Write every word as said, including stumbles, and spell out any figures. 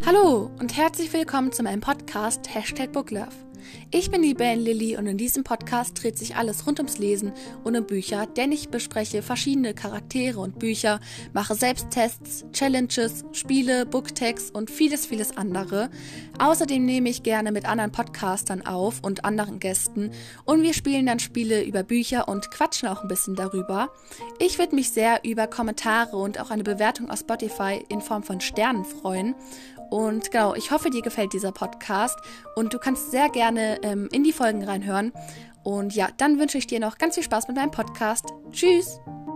Hallo und herzlich willkommen zu meinem Podcast Hashtag Booklove. Ich bin die Ben Lilly und in diesem Podcast dreht sich alles rund ums Lesen und um Bücher, denn ich bespreche verschiedene Charaktere und Bücher, mache Selbsttests, Challenges, Spiele, Booktags und vieles, vieles andere. Außerdem nehme ich gerne mit anderen Podcastern auf und anderen Gästen und wir spielen dann Spiele über Bücher und quatschen auch ein bisschen darüber. Ich würde mich sehr über Kommentare und auch eine Bewertung auf Spotify in Form von Sternen freuen. Und genau, ich hoffe, dir gefällt dieser Podcast und du kannst sehr gerne ähm, in die Folgen reinhören. Und ja, dann wünsche ich dir noch ganz viel Spaß mit meinem Podcast. Tschüss!